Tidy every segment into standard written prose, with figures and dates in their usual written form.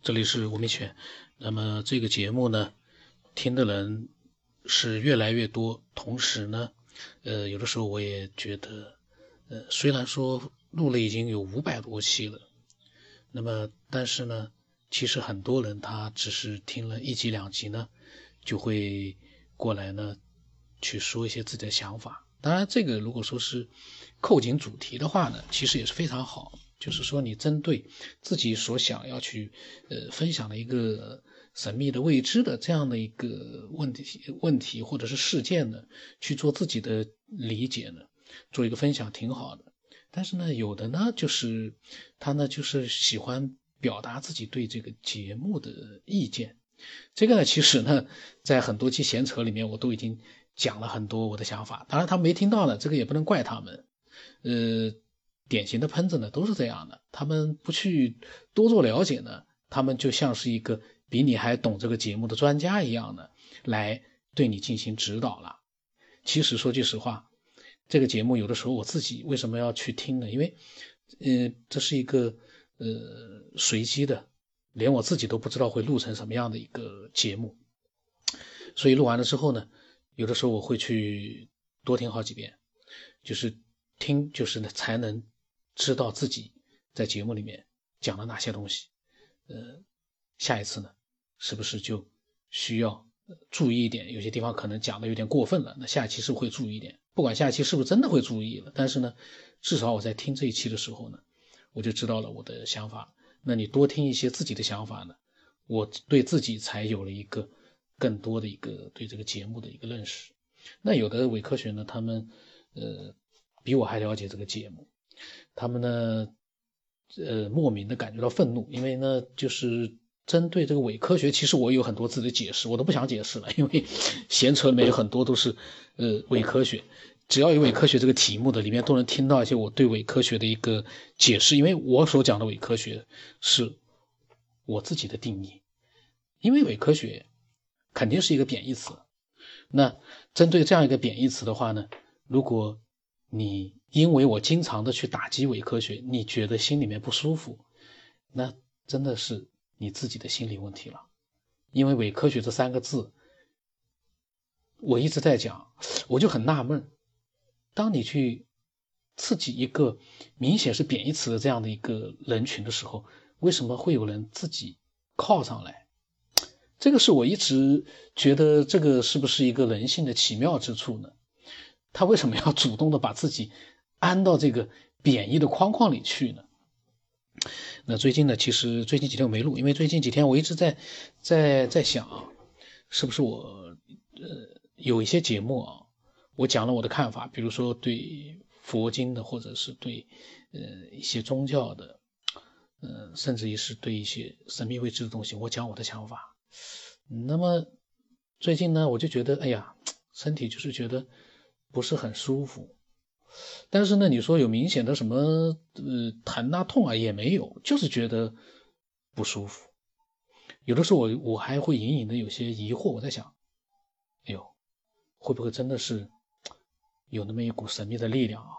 这里是吴明全。那么这个节目呢，听的人是越来越多，同时呢，有的时候我也觉得，虽然说录了已经有500多期了，那么但是呢，其实很多人他只是听了1集2集呢，就会过来呢去说一些自己的想法。当然，这个如果说是扣紧主题的话呢，其实也是非常好。就是说，你针对自己所想要去分享的一个神秘的未知的这样的一个问题或者是事件呢，去做自己的理解呢，做一个分享挺好的。但是呢，有的呢，就是他呢，就是喜欢表达自己对这个节目的意见。这个呢，其实呢，在很多期闲扯里面，我都已经讲了很多我的想法。当然，他们没听到呢，这个也不能怪他们。典型的喷子呢都是这样的，他们不去多做了解呢，他们就像是一个比你还懂这个节目的专家一样的来对你进行指导了。其实说句实话，这个节目有的时候我自己为什么要去听呢？因为这是一个随机的，连我自己都不知道会录成什么样的一个节目，所以录完了之后呢，有的时候我会去多听好几遍，就是听，就是呢才能知道自己在节目里面讲了哪些东西。下一次呢，是不是就需要注意一点？有些地方可能讲的有点过分了，那下一期是不是会注意一点？不管下一期是不是真的会注意了，但是呢，至少我在听这一期的时候呢，我就知道了我的想法。那你多听一些自己的想法呢，我对自己才有了一个更多的一个对这个节目的一个认识。那有的伪科学呢，他们比我还了解这个节目，他们呢莫名的感觉到愤怒，因为呢就是针对这个伪科学，其实我有很多自己的解释，我都不想解释了，因为闲扯里面有很多都是伪科学，只要有伪科学这个题目的里面都能听到一些我对伪科学的一个解释，因为我所讲的伪科学是我自己的定义，因为伪科学肯定是一个贬义词。那针对这样一个贬义词的话呢，如果你因为我经常的去打击伪科学，你觉得心里面不舒服，那真的是你自己的心理问题了。因为伪科学这3个字我一直在讲，我就很纳闷，当你去刺激一个明显是贬义词的这样的一个人群的时候，为什么会有人自己靠上来？这个是我一直觉得这个是不是一个人性的奇妙之处呢？他为什么要主动的把自己安到这个贬义的框框里去呢？那最近呢，其实最近几天我没录，因为最近几天我一直在想，是不是我有一些节目啊，我讲了我的看法，比如说对佛经的，或者是对一些宗教的，甚至于是对一些神秘未知的东西，我讲我的想法。那么最近呢，我就觉得，哎呀，身体就是觉得不是很舒服。但是呢，你说有明显的什么疼啊痛啊也没有，就是觉得不舒服。有的时候我还会隐隐的有些疑惑，我在想，哎呦，会不会真的是有那么一股神秘的力量啊？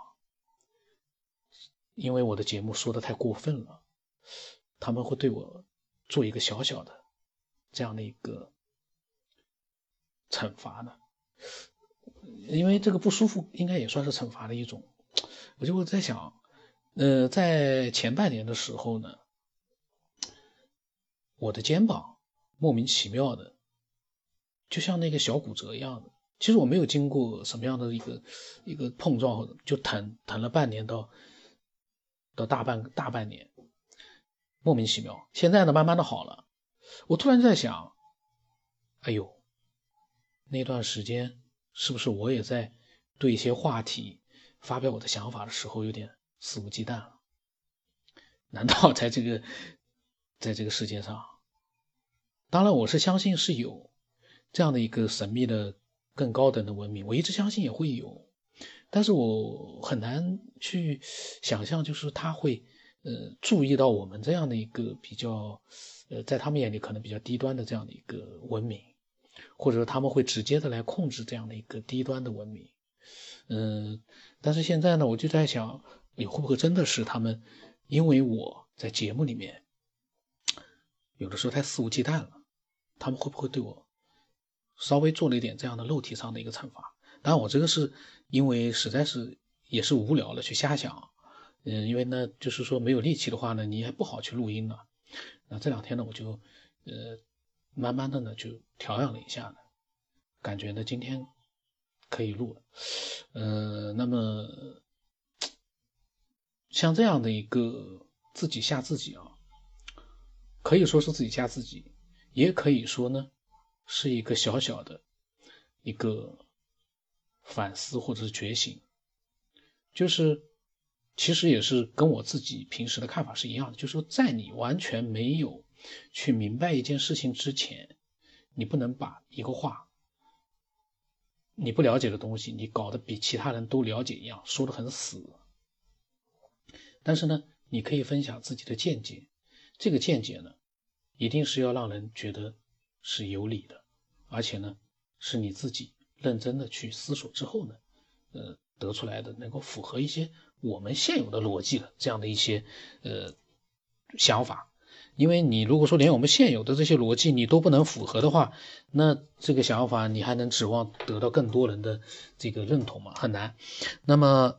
因为我的节目说的太过分了，他们会对我做一个小小的这样的一个惩罚呢？因为这个不舒服应该也算是惩罚的一种。我就在想，在前半年的时候呢，我的肩膀莫名其妙的就像那个小骨折一样的，其实我没有经过什么样的一个碰撞，就疼了半年到大半年，莫名其妙。现在呢，慢慢的好了。我突然在想，哎呦，那段时间是不是我也在对一些话题发表我的想法的时候有点肆无忌惮了？难道在这个世界上，当然我是相信是有这样的一个神秘的更高等的文明，我一直相信也会有，但是我很难去想象，就是他会注意到我们这样的一个比较在他们眼里可能比较低端的这样的一个文明，或者说他们会直接的来控制这样的一个低端的文明。但是现在呢，我就在想，会不会真的是他们因为我在节目里面有的时候太肆无忌惮了，他们会不会对我稍微做了一点这样的肉体上的一个惩罚？当然我这个是因为实在是也是无聊了去瞎想，因为呢就是说没有力气的话呢，你还不好去录音了。那这2天呢我就慢慢的呢就调养了一下呢，感觉呢今天可以录了。那么像这样的一个自己吓自己啊，可以说是自己吓自己，也可以说呢是一个小小的一个反思或者是觉醒，就是其实也是跟我自己平时的看法是一样的，就是说在你完全没有去明白一件事情之前，你不能把一个话，你不了解的东西，你搞得比其他人都了解一样，说得很死。但是呢，你可以分享自己的见解，这个见解呢，一定是要让人觉得是有理的，而且呢，是你自己认真的去思索之后呢，得出来的能够符合一些我们现有的逻辑的这样的一些想法。因为你如果说连我们现有的这些逻辑你都不能符合的话，那这个想法你还能指望得到更多人的这个认同吗？很难。那么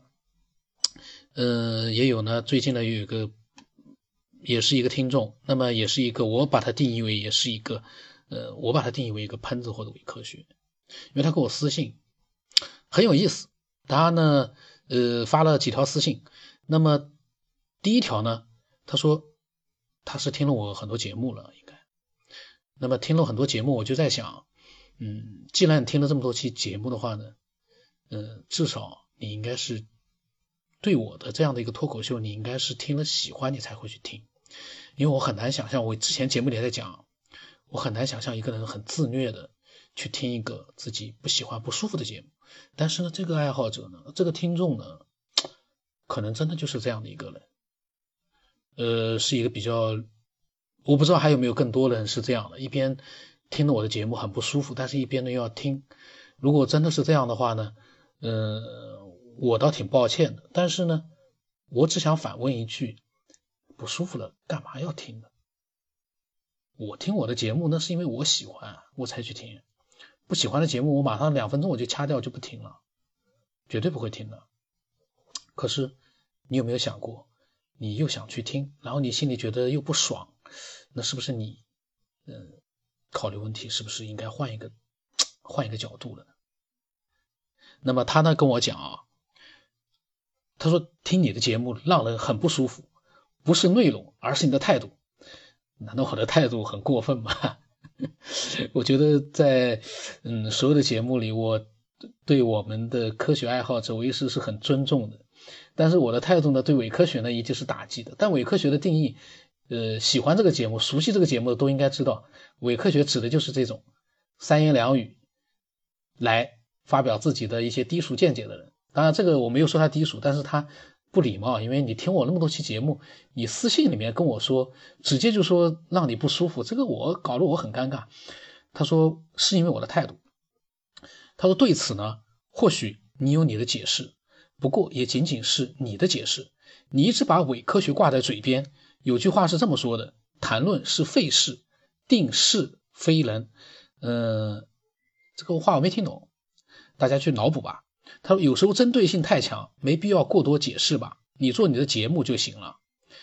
也有呢，最近呢有一个也是一个听众，那么也是一个我把它定义为也是一个我把它定义为一个喷子或者伪科学，因为他给我私信很有意思，他呢发了几条私信。那么第一条呢，他说他是听了我很多节目了，应该。那么听了很多节目，我就在想，既然你听了这么多期节目的话呢，至少你应该是对我的这样的一个脱口秀，你应该是听了喜欢你才会去听。因为我很难想象，我之前节目里也在讲，我很难想象一个人很自虐的去听一个自己不喜欢不舒服的节目。但是呢，这个爱好者呢，这个听众呢，可能真的就是这样的一个人。是一个比较，我不知道还有没有更多人是这样的，一边听了我的节目很不舒服，但是一边呢又要听。如果真的是这样的话呢，我倒挺抱歉的，但是呢，我只想反问一句，不舒服了干嘛要听呢？我听我的节目那是因为我喜欢我才去听，不喜欢的节目我马上2分钟我就掐掉就不听了，绝对不会听的。可是你有没有想过，你又想去听，然后你心里觉得又不爽，那是不是你考虑问题是不是应该换一个角度了呢？那么他呢跟我讲啊，他说听你的节目让人很不舒服，不是内容而是你的态度。难道我的态度很过分吗？我觉得在所有的节目里，我对我们的科学爱好者我一直是很尊重的，但是我的态度呢对伪科学呢一直是打击的。但伪科学的定义，喜欢这个节目熟悉这个节目的都应该知道，伪科学指的就是这种三言两语来发表自己的一些低俗见解的人。当然这个我没有说他低俗，但是他不礼貌，因为你听我那么多期节目，你私信里面跟我说直接就说让你不舒服，这个我搞得我很尴尬。他说是因为我的态度，他说对此呢或许你有你的解释，不过也仅仅是你的解释，你一直把伪科学挂在嘴边。有句话是这么说的，谈论是废事，定是非人。这个话我没听懂，大家去脑补吧。他说有时候针对性太强，没必要过多解释吧，你做你的节目就行了。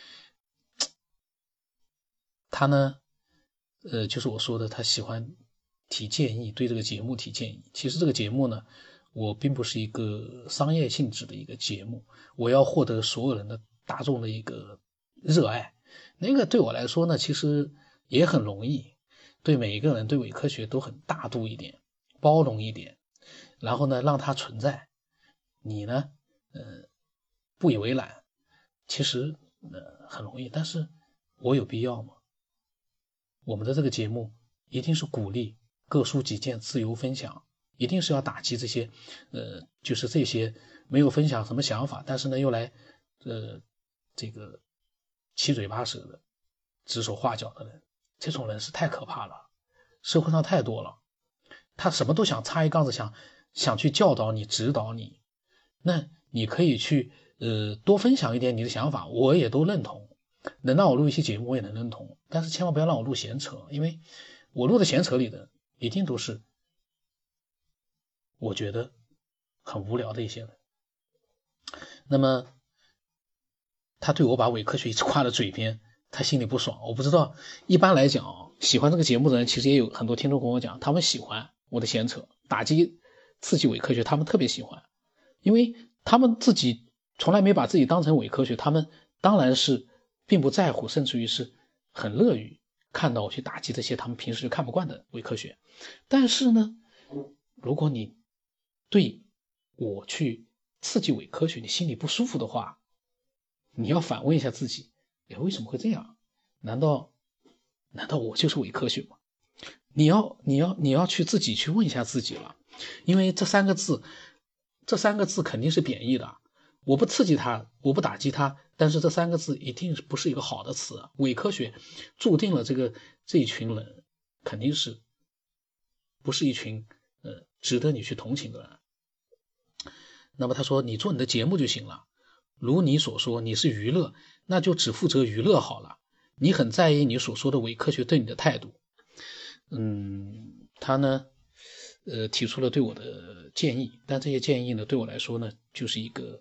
他呢就是我说的他喜欢提建议，对这个节目提建议。其实这个节目呢，我并不是一个商业性质的一个节目，我要获得所有人的大众的一个热爱，那个对我来说呢其实也很容易，对每一个人对伪科学都很大度一点，包容一点，然后呢让它存在。你呢不以为然，其实很容易，但是我有必要吗？我们的这个节目一定是鼓励各抒己见，自由分享，一定是要打击这些就是这些没有分享什么想法，但是呢又来这个七嘴八舌的指手画脚的人。这种人是太可怕了，社会上太多了，他什么都想插一杠子，想去教导你指导你。那你可以去多分享一点你的想法，我也都认同， 能让我录一期节目我也能认同，但是千万不要让我录闲扯，因为我录的闲扯里的一定都是我觉得很无聊的一些人。那么他对我把伪科学一直挂在嘴边，他心里不爽。我不知道，一般来讲喜欢这个节目的人其实也有很多听众跟我讲，他们喜欢我的闲扯，打击刺激伪科学，他们特别喜欢，因为他们自己从来没把自己当成伪科学，他们当然是并不在乎，甚至于是很乐于看到我去打击这些他们平时就看不惯的伪科学。但是呢，如果你对我去刺激伪科学你心里不舒服的话，你要反问一下自己，为什么会这样？难道我就是伪科学吗？你要去自己去问一下自己了，因为这三个字肯定是贬义的。我不刺激它，我不打击它，但是这三个字一定不是一个好的词。伪科学注定了这一群人肯定是不是一群值得你去同情的人。那么他说你做你的节目就行了，如你所说你是娱乐，那就只负责娱乐好了，你很在意你所说的伪科学对你的态度。他呢提出了对我的建议，但这些建议呢对我来说呢就是一个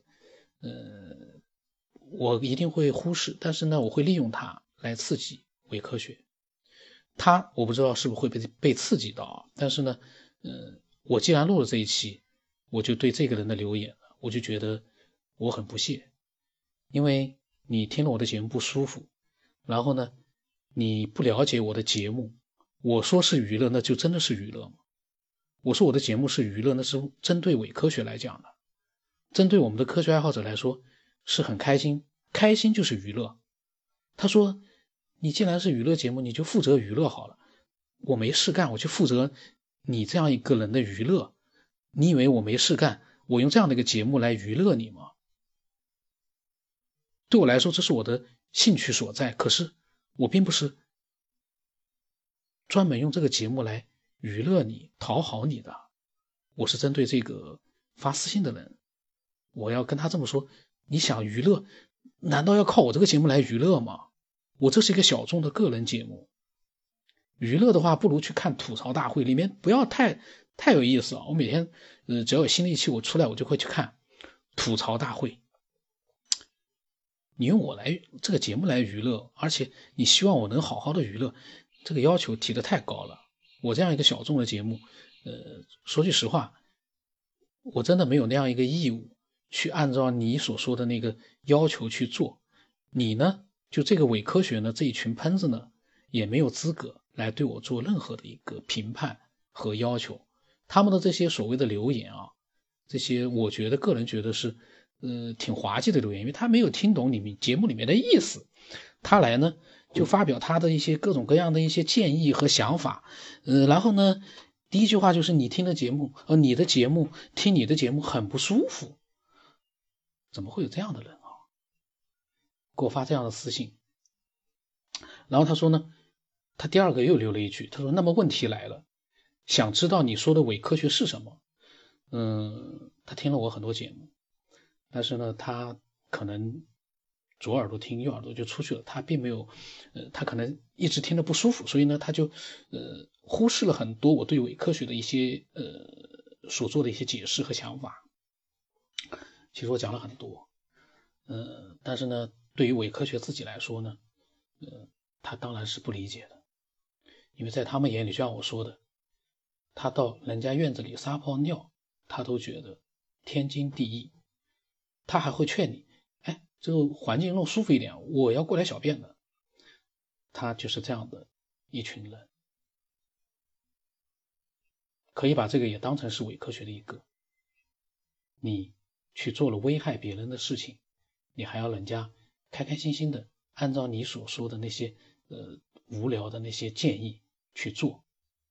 我一定会忽视，但是呢我会利用它来刺激伪科学。我不知道是不是会被刺激到，但是呢我既然录了这一期，我就对这个人的留言我就觉得我很不屑，因为你听了我的节目不舒服，然后呢你不了解我的节目，我说是娱乐那就真的是娱乐吗？我说我的节目是娱乐，那是针对伪科学来讲的，针对我们的科学爱好者来说是很开心，开心就是娱乐。他说你既然是娱乐节目，你就负责娱乐好了，我没事干，我就负责你这样一个人的娱乐，你以为我没事干，我用这样的一个节目来娱乐你吗？对我来说这是我的兴趣所在，可是我并不是专门用这个节目来娱乐你讨好你的，我是针对这个发私信的人，我要跟他这么说，你想娱乐难道要靠我这个节目来娱乐吗？我这是一个小众的个人节目，娱乐的话不如去看吐槽大会，里面不要太有意思了。我每天只要有新的一期我出来我就会去看吐槽大会。你用我来这个节目来娱乐，而且你希望我能好好的娱乐，这个要求提得太高了。我这样一个小众的节目说句实话，我真的没有那样一个义务去按照你所说的那个要求去做。你呢就这个伪科学呢这一群喷子呢也没有资格来对我做任何的一个评判和要求。他们的这些所谓的留言这些我个人觉得是挺滑稽的留言，因为他没有听懂你们节目里面的意思，他来呢就发表他的一些各种各样的一些建议和想法，然后呢第一句话就是你听的节目听你的节目很不舒服。怎么会有这样的人给我发这样的私信。然后他说呢，他第二个又留了一句，他说那么问题来了，想知道你说的伪科学是什么？他听了我很多节目，但是呢他可能左耳朵听右耳朵就出去了，他并没有他可能一直听得不舒服，所以呢他就忽视了很多我对伪科学的一些所做的一些解释和想法。其实我讲了很多但是呢对于伪科学自己来说呢他当然是不理解的，因为在他们眼里就像我说的，他到人家院子里撒泡尿他都觉得天经地义，他还会劝你这个环境弄舒服一点，我要过来小便的。他就是这样的一群人，可以把这个也当成是伪科学的一个，你去做了危害别人的事情，你还要人家开开心心的按照你所说的那些无聊的那些建议去做。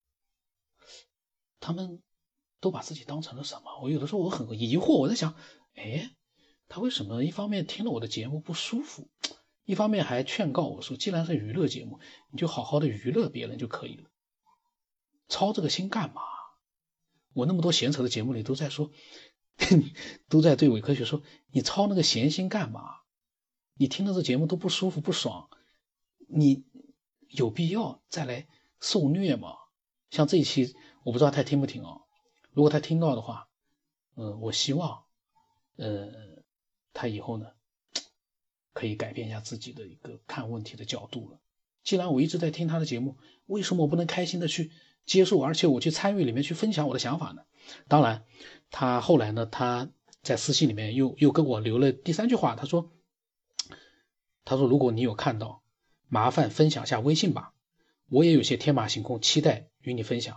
他们都把自己当成了什么？我有的时候我很疑惑，我在想他为什么一方面听了我的节目不舒服，一方面还劝告我说既然是娱乐节目你就好好的娱乐别人就可以了，操这个心干嘛？我那么多闲扯的节目里都在说都在对伪科学说你操那个闲心干嘛？ 你听了这节目都不舒服不爽，你有必要再来受虐吗？像这一期我不知道他听不听啊，如果他听到的话，我希望他以后呢可以改变一下自己的一个看问题的角度了。既然我一直在听他的节目，为什么我不能开心的去接受，而且我去参与里面去分享我的想法呢？当然他后来呢，他在私信里面又跟我留了第3句话，他说如果你有看到，麻烦分享下微信吧，我也有些天马行空，期待与你分享。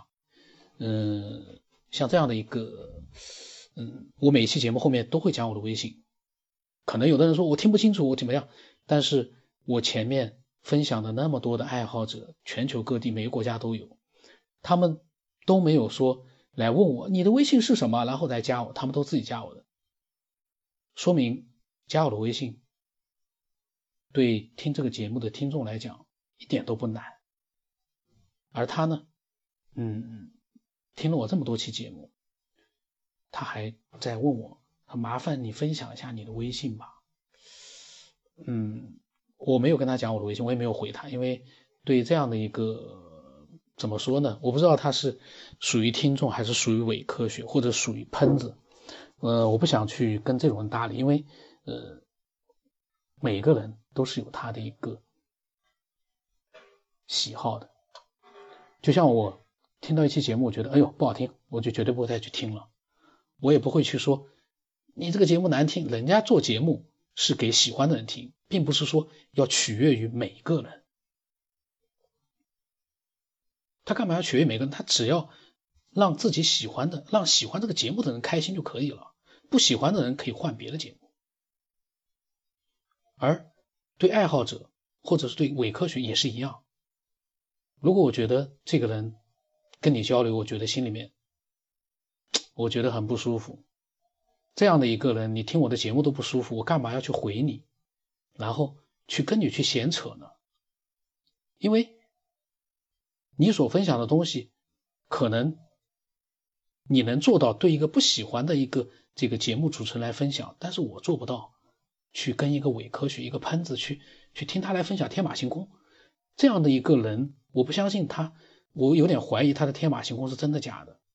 像这样的一个我每一期节目后面都会讲我的微信，可能有的人说我听不清楚我怎么样，但是我前面分享的那么多的爱好者，全球各地每个国家都有，他们都没有说来问我你的微信是什么，然后再加我，他们都自己加我的，说明加我的微信对听这个节目的听众来讲一点都不难。而他呢听了我这么多期节目，他还在问我麻烦你分享一下你的微信吧。我没有跟他讲我的微信，我也没有回他，因为对这样的一个怎么说呢，我不知道他是属于听众还是属于伪科学或者属于喷子，我不想去跟这种人搭理，因为每个人都是有他的一个喜好的。就像我听到一期节目，我觉得哎呦不好听，我就绝对不会再去听了，我也不会去说你这个节目难听，人家做节目是给喜欢的人听，并不是说要取悦于每个人。他干嘛要取悦每个人？他只要让自己喜欢的，让喜欢这个节目的人开心就可以了，不喜欢的人可以换别的节目。而对爱好者或者是对伪科学也是一样，如果我觉得这个人跟你交流，我觉得心里面我觉得很不舒服，这样的一个人你听我的节目都不舒服，我干嘛要去回你，然后去跟你去闲扯呢？因为你所分享的东西可能你能做到对一个不喜欢的一个这个节目主持人来分享，但是我做不到去跟一个伪科学一个喷子去听他来分享天马行空。这样的一个人，我不相信他，我有点怀疑他的天马行空是真的假的。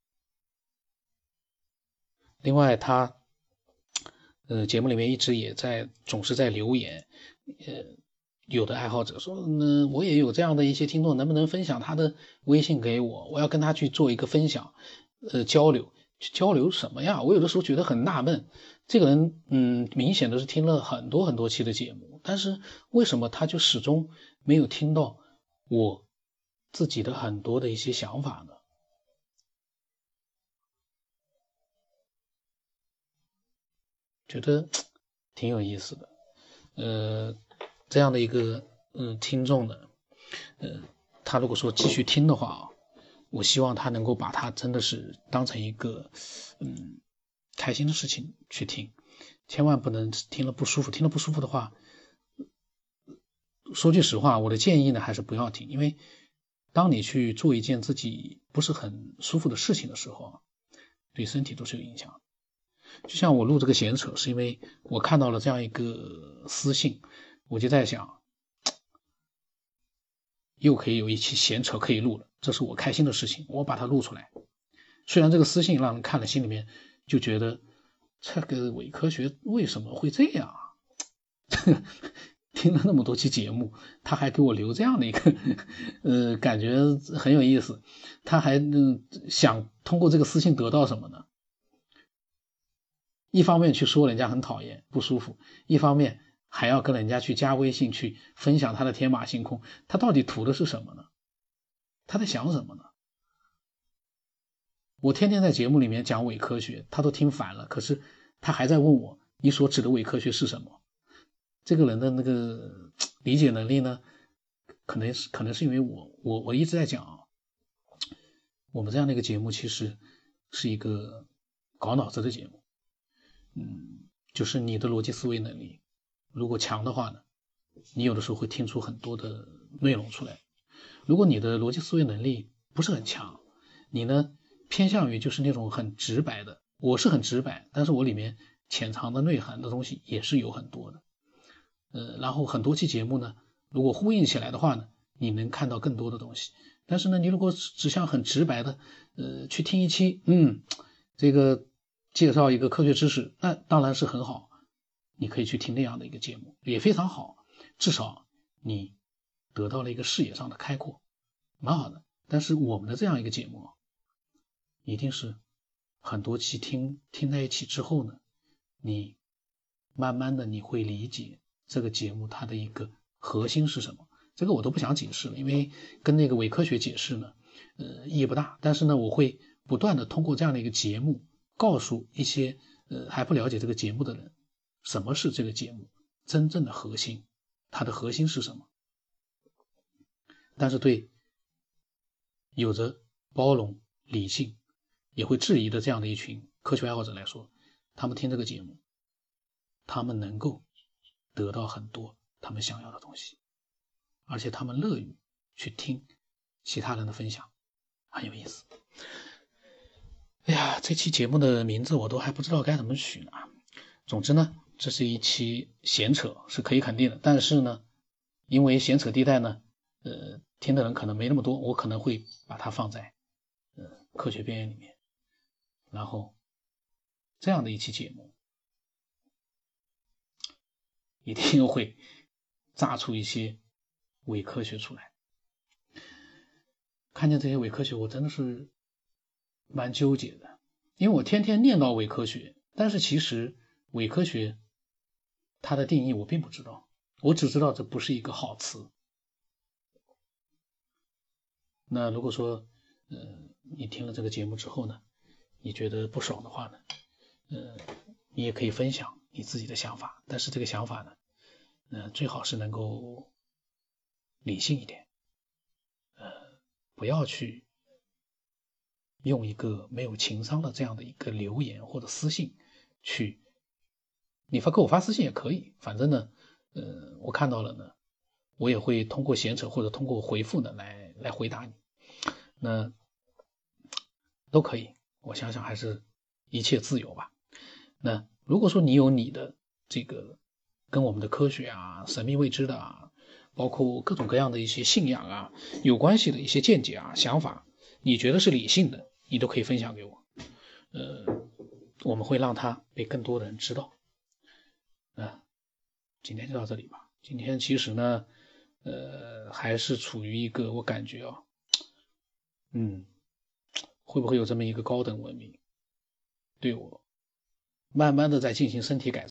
另外他节目里面一直也总是在留言，有的爱好者说我也有这样的一些听众，能不能分享他的微信给我，我要跟他去做一个分享交流。去交流什么呀？我有的时候觉得很纳闷，这个人明显的是听了很多很多期的节目，但是为什么他就始终没有听到我自己的很多的一些想法呢？觉得挺有意思的。这样的一个听众呢，他如果说继续听的话我希望他能够把他真的是当成一个开心的事情去听，千万不能听了不舒服。听了不舒服的话，说句实话，我的建议呢还是不要听，因为当你去做一件自己不是很舒服的事情的时候，对身体都是有影响的。就像我录这个闲扯，是因为我看到了这样一个私信，我就在想又可以有一期闲扯可以录了，这是我开心的事情，我把它录出来。虽然这个私信让人看了心里面就觉得这个伪科学为什么会这样啊？听了那么多期节目，他还给我留这样的一个感觉很有意思。他还想通过这个私信得到什么呢？一方面去说人家很讨厌不舒服，一方面还要跟人家去加微信去分享他的天马行空，他到底图的是什么呢？他在想什么呢？我天天在节目里面讲伪科学，他都听烦了，可是他还在问我你所指的伪科学是什么？这个人的那个理解能力呢，可能是因为我一直在讲我们这样的一个节目其实是一个搞脑子的节目，就是你的逻辑思维能力如果强的话呢，你有的时候会听出很多的内容出来。如果你的逻辑思维能力不是很强，你呢偏向于就是那种很直白的，我是很直白，但是我里面潜藏的内涵的东西也是有很多的。 然后很多期节目呢，如果呼应起来的话呢，你能看到更多的东西。但是呢，你如果只想很直白的去听一期，这个介绍一个科学知识，那当然是很好，你可以去听那样的一个节目，也非常好，至少你得到了一个视野上的开阔，蛮好的。但是我们的这样一个节目一定是很多期听在一起之后呢，你慢慢的你会理解这个节目它的一个核心是什么。这个我都不想解释了，因为跟那个伪科学解释呢意义不大。但是呢，我会不断的通过这样的一个节目告诉一些还不了解这个节目的人，什么是这个节目真正的核心，它的核心是什么。但是对有着包容理性也会质疑的这样的一群科学爱好者来说，他们听这个节目，他们能够得到很多他们想要的东西，而且他们乐于去听其他人的分享，很有意思。哎呀，这期节目的名字我都还不知道该怎么取呢。总之呢，这是一期闲扯，是可以肯定的。但是呢，因为闲扯地带呢，听的人可能没那么多，我可能会把它放在科学边缘里面。然后这样的一期节目一定会炸出一些伪科学出来。看见这些伪科学，我真的是蛮纠结的，因为我天天念叨伪科学，但是其实伪科学它的定义我并不知道，我只知道这不是一个好词。那如果说你听了这个节目之后呢，你觉得不爽的话呢，你也可以分享你自己的想法，但是这个想法呢，最好是能够理性一点，不要去用一个没有情商的这样的一个留言或者私信去，你给我发私信也可以，反正呢，我看到了呢，我也会通过闲扯或者通过回复呢来回答你，那都可以。我想想还是一切自由吧。那如果说你有你的这个跟我们的科学啊、神秘未知的啊，包括各种各样的一些信仰啊有关系的一些见解啊、想法，你觉得是理性的，你都可以分享给我。我们会让它被更多的人知道。今天就到这里吧。今天其实呢，还是处于一个我感觉会不会有这么一个高等文明对我慢慢的在进行身体改造。